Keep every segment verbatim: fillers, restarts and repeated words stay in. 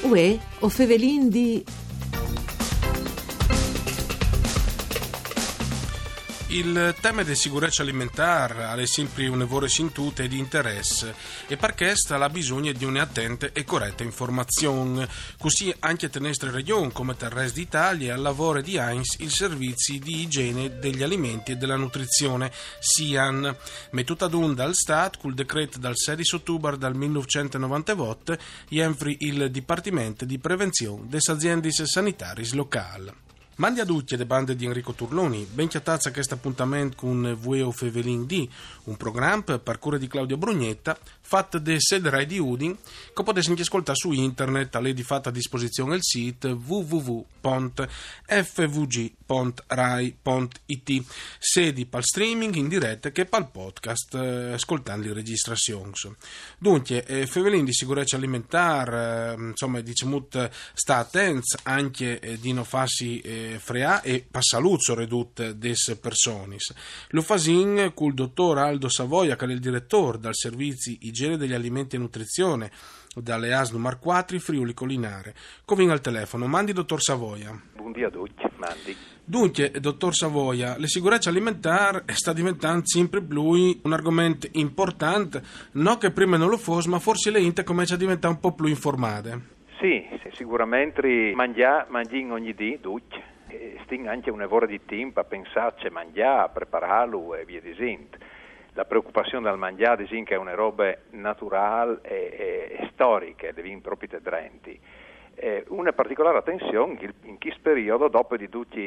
Uè, o fevelin di... Il tema della sicurezza alimentare è sempre un evore sintute e di interesse e perché ha bisogno di un'attenta e corretta informazione, così anche nelle nostre regioni come nel resto d'Italia al lavoro di A I N S il servizio di igiene degli alimenti e della nutrizione SIAN, mettuta ad un dal Stato col decreto dal sedici ottobre del millenovecentonovantotto entri il Dipartimento di Prevenzione delle aziende sanitarie locali. Mandi a tutti le bande di Enrico Turloni, ben chiatazza questo appuntamento con Vueo Fevelin D, un programma per cura di Claudio Brugnetta, fatto da Sederai di Udin, che potete anche ascoltare su internet, a lei di fatta a disposizione il sito w w w punto f v g punto rai punto i t, sedi per streaming in diretta che per il podcast, eh, ascoltando le registrazioni. Dunque, eh, Fevelin di sicurezza alimentare, eh, insomma, diciamo, sta attento anche eh, di non farsi eh, frea e passaluzzo ridotte des personis. Lo fasin col dottor Aldo Savoia, che è il direttore dal servizi igiene degli alimenti e nutrizione dalle A S L numero quattro Friuli Collinare. Covin al telefono. Mandi dottor Savoia. Buongiorno a tutti, mandi. Dunque, dottor Savoia, la sicurezza alimentare sta diventando sempre più un argomento importante, non che prima non lo fosse, ma forse le inte comincia a diventare un po' più informate. Sì, sicuramente mangiare, mangiare ogni dì, tutti. Sting anche un'ora di tempo a pensarci a mangiare, a prepararlo e via dicendo. La preoccupazione dal mangiare disin che è una roba naturale e, e storica, devi proprio tedrenti. Eh, una particolare attenzione in questo periodo, dopo di tutti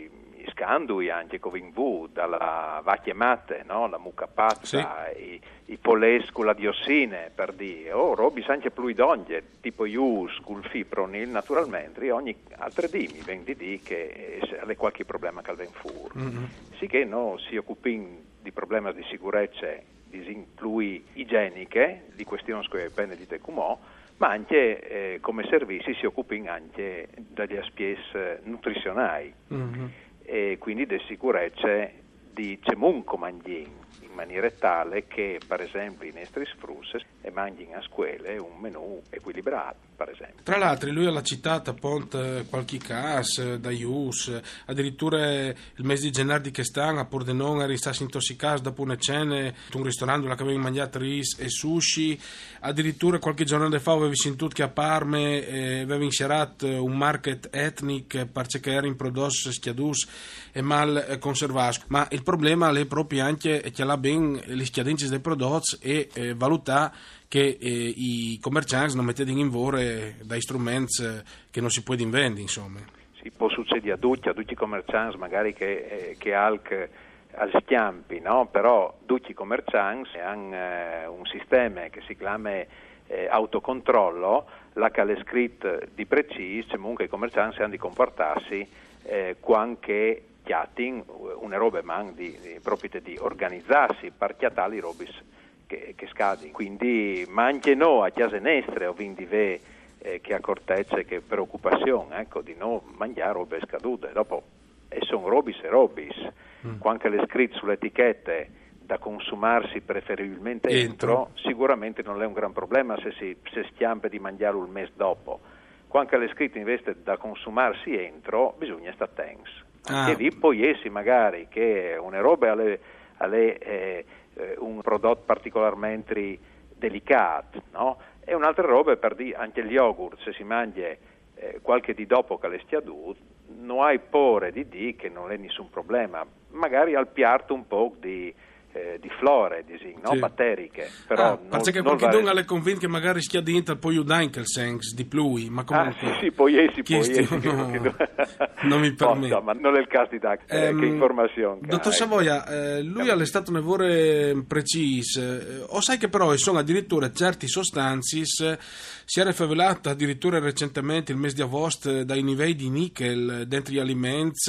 i scandali anche con in vu, dalla vacche matte, no? La mucca pazza, sì. i, i polesco, la diossine, per dire, o oh, robi anche più idonge, tipo ius, col fipronil, naturalmente, ogni altre dì mi vengono di dire che ha qualche problema che ven fur. Mm-hmm. Sì che no, si occupin di problemi di sicurezza, disinclui igieniche, di questioni che bene dite comò, ma anche eh, come servizi si occupin anche dagli aspetti nutrizionali. Mm-hmm. E quindi di sicurezza di cemunco mangin in maniera tale che per esempio i nostri sfrussi e mangin a scuole un menù equilibrato, per esempio. Tra l'altro lui ha citato appunto qualche caso da Ius, addirittura il mese di gennaio di quest'anno a Pordenone era stato intossicato dopo una cena un ristorante dove aveva mangiato ris e sushi, addirittura qualche giorno fa avevi sentito che a Parma eh, aveva inserato un market ethnic perché era in prodotti schiadus e mal conservati, ma il problema è proprio anche che la ben le scadenze dei prodotti e eh, valutare che eh, i commercianti non mettete in vore dai strumenti che non si può vendere, insomma. Sì, può succedere a tutti, a tutti i commercianti magari che, eh, che alc al schiampi, no? Però tutti i commercianti hanno eh, un sistema che si chiama eh, autocontrollo, là che è scritto di preciso, comunque i commercianti hanno di comportarsi eh, quando chiatin una roba man di, di proprio di organizzarsi per chiatare i robis che, che scadi. Quindi manche no a chiase nestre o vindi ve eh, che accortezze, che preoccupazione, ecco, di non mangiare robe scadute. Dopo e sono robis e robis. Mm. Quando le scritte sulle etichette da consumarsi preferibilmente entro, entro, sicuramente non è un gran problema se si se stiampa di mangiarlo il mese dopo. Quando le scritte invece da consumarsi entro, bisogna stare attenti. Anche ah. lì poi essi magari che una roba alle, alle eh, un prodotto particolarmente delicato, no? E un'altra roba per dire anche gli yogurt, se si mangia eh, qualche di dopo che le stia due, non hai paura di dire che non è nessun problema, magari al piatto un po' di Eh, di flore, di, no? Sì. Batteriche, però ah, non, perché qualche donne alle convinto che magari schia dentro poi un anche senso di plui, ma comunque ah, sì, sì, poi essi, poi essi, no, che, non mi permette, no, ma non è il caso di da eh, um, che informazione che dottor hai. Savoia, eh, lui ha stato un lavoro preciso, eh, o sai che però sono addirittura certi sostanze si è rivelato addirittura recentemente il mese di agosto dai livelli di nickel dentro gli alimenti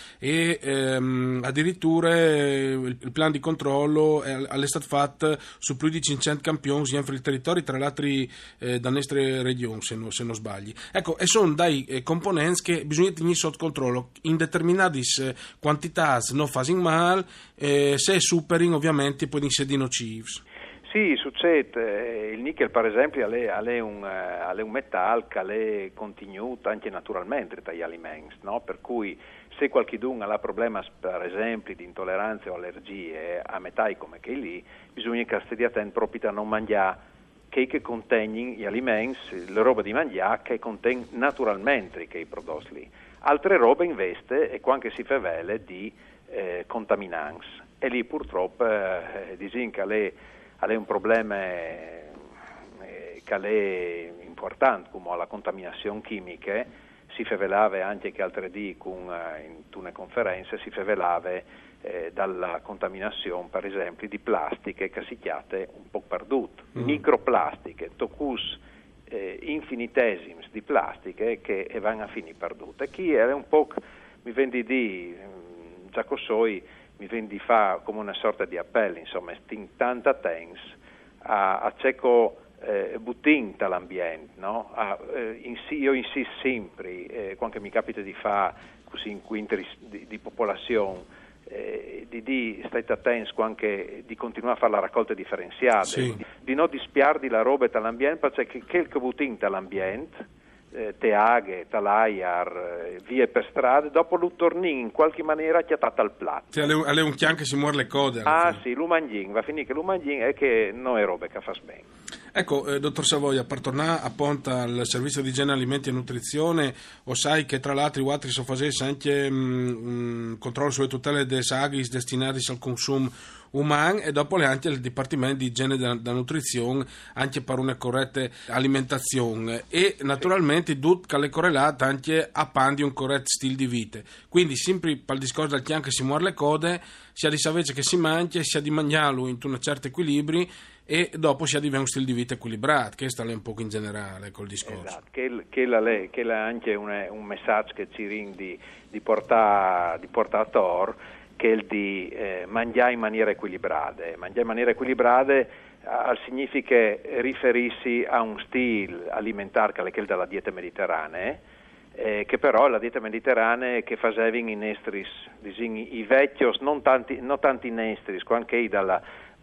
e ehm, addirittura il, il plan di controllo è stato fatto su più di cinquecento campioni in il territorio, tra l'altro eh, da nostre regioni, se, no, se non sbagli. Ecco, e sono dai eh, componenti che bisogna tenere sotto controllo in determinate eh, quantità non fanno male, eh, se superino ovviamente poi in sedi nocivi. Sì, Sì, succede. Il nickel, per esempio, è un, un metallo che è continuato anche naturalmente dagli alimenti, no? Per cui se qualcuno ha problemi, per esempio, di intolleranze o allergie a metalli come che lì, bisogna che stia attento proprio a non mangiare che, che contengono gli alimenti, le robe di mangiare che contengono naturalmente quei prodotti lì. Altre robe invece, e qua anche si fa vele, di eh, contaminanti. E lì purtroppo eh, dicono che è è un problema eh, che è importante, come la contaminazione chimica. Si favelava anche che altri dì con, in una conferenza, si favelava eh, dalla contaminazione, per esempio, di plastiche che si chiate un po' perdute, mm. microplastiche, tocus eh, infinitesimi di plastiche che vanno a finire perdute. Chi è un po', mi vendi di, già cosoi, mi viene di fare come una sorta di appello, insomma, stin tanta tens a, a cieco eh, buttin dall'ambiente, no? A, eh, in, io insisto sempre, eh, quando mi capita di fare così incontri di, di popolazione, eh, di, di state attenti anche di continuare a fare la raccolta differenziata, sì. di, di non dispiardi la roba dall'ambiente, perché quel buttin dall'ambiente, teaghe, talaiar, vie per strade, dopo lo torni in qualche maniera chiatata al platto. Sì, alle un chian che si muore le code. Ah fine. Sì, l'umangin, va a finire che l'umangin è che non è roba che fa bene. Ecco, eh, dottor Savoia, per tornare a Ponta al servizio di igiene, alimenti e nutrizione, o sai che tra l'altro i altri sono facessi anche un controllo sulle tutele dei sagis destinati al consumo umano e dopo le anche il Dipartimento di Igiene e da Nutrizione anche per una corretta alimentazione e naturalmente tutto che è correlato anche a pan di un corretto stile di vita. Quindi sempre per il discorso del chian che si muore le code, sia di sapere che si mangia, sia di mangiarlo in un certo equilibrio e dopo si arriva a un stile di vita equilibrato. Questo è un po' in generale col discorso. Esatto, che, che, la, che la anche un, un messaggio che ci rindi di portare di portare a tor, che è il di eh, mangiare in maniera equilibrata. Mangiare in maniera equilibrata eh, significa riferirsi a un stile alimentare che è quello della dieta mediterranea, eh, che però è la dieta mediterranea che faceva in estris, i vecchi, non tanti, non tanti in estris, anche i dalla,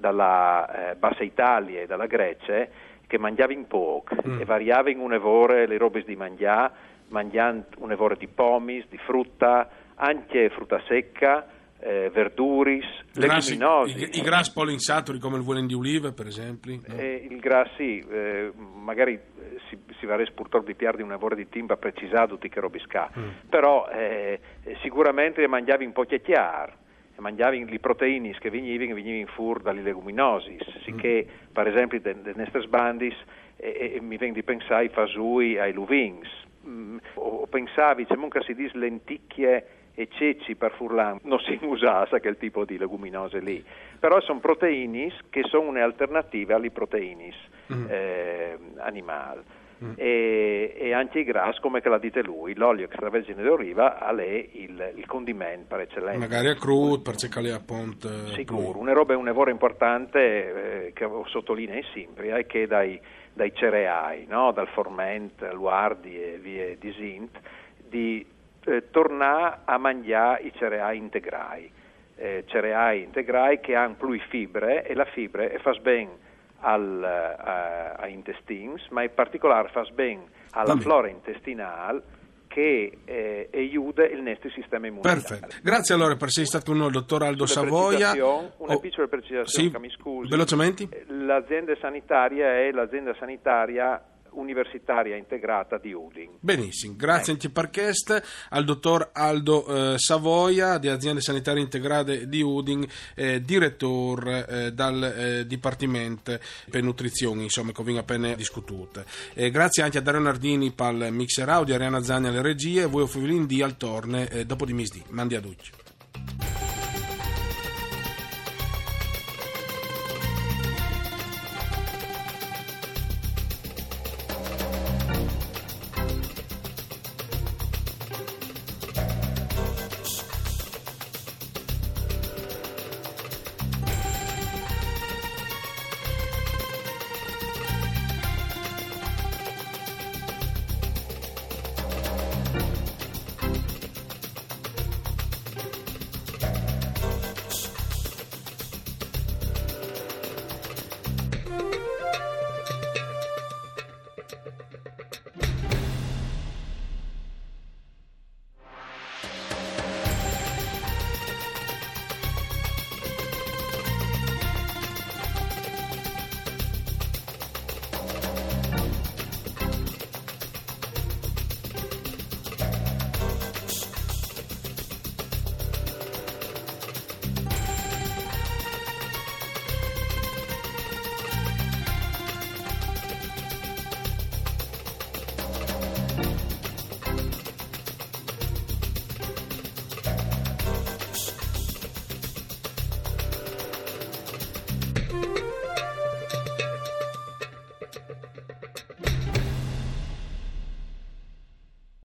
dalla eh, Bassa Italia e dalla Grecia, che mangiava in poco mm. e variava in un'evore le robe di mangiare, mangiando un'evore di pomis, di frutta, anche frutta secca, Eh, verduris, grassi, leguminosi. I, i grassi polinsaturi come il vuolen di olive, per esempio. No? Eh, il grasso, sì, eh, magari si, si varesse purtroppo di piardi una vora di timba precisato che robisca, mm. però eh, sicuramente mangiavi un po' chiacchiar, mangiavi le proteine che venivano, venivano fur dalle leguminosi, sicché mm. per esempio de, de nestes bandis eh, eh, mi viene di pensare ai fasui, ai luvings, mm, o pensavi, c'è comunque si dice lenticchie e ceci per furlan, non si usa quel tipo di leguminose lì, però sono proteine che sono un'alternativa alle proteine mm. eh, animali mm. e, e anche i grassi, come che l'ha dite lui, l'olio extravergine d'oliva è il, il condimento per eccellenza. Magari a crudo, per cercare a ponte. Sicuro, una roba, un lavoro importante eh, che sottolineo sempre è che dai, dai cereali, no? Dal formento, luardi e vie di zint, di Eh, tornare a mangiare i cereali integrali, eh, cereali integrali che hanno più fibre e la fibre fa bene al, a, a intestini, ma in particolare fa bene alla flora intestinale che eh, aiuta il nostro sistema immunitario. Perfetto. Grazie allora per essere stato uno, il dottor Aldo Savoia. Una oh, piccola precisazione, sì, che mi scusi. Velocemente. L'azienda sanitaria è l'azienda sanitaria universitaria integrata di Udin. Benissimo, grazie anche per questo al dottor Aldo eh, Savoia di Aziende Sanitarie Integrate di Udin, eh, direttore eh, dal eh, Dipartimento per Nutrizione, insomma, che abbiamo appena discututo. Eh, grazie anche a Dario Nardini per il mixer audio, Arianna Zagni alle regie e voi Fevelin di al torne eh, dopo di misdì. Mandi a tutti.